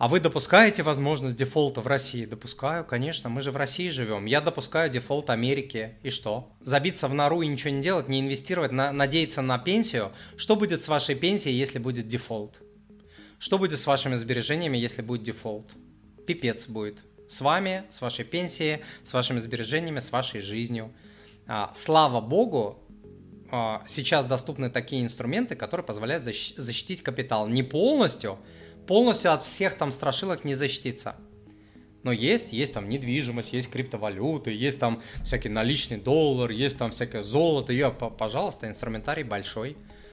А вы допускаете возможность дефолта в России? Допускаю, конечно, мы же в России живем. Я допускаю дефолт Америки. И что? Забиться в нору и ничего не делать, не инвестировать, надеяться на пенсию? Что будет с вашей пенсией, если будет дефолт? Что будет с вашими сбережениями, если будет дефолт? Пипец будет. С вами, с вашей пенсией, с вашими сбережениями, с вашей жизнью. Слава богу, сейчас доступны такие инструменты, которые позволяют защитить капитал. Не полностью от всех там страшилок не защититься. Но есть там недвижимость, есть криптовалюты, есть там всякий наличный доллар, есть там всякое золото. Пожалуйста, инструментарий большой.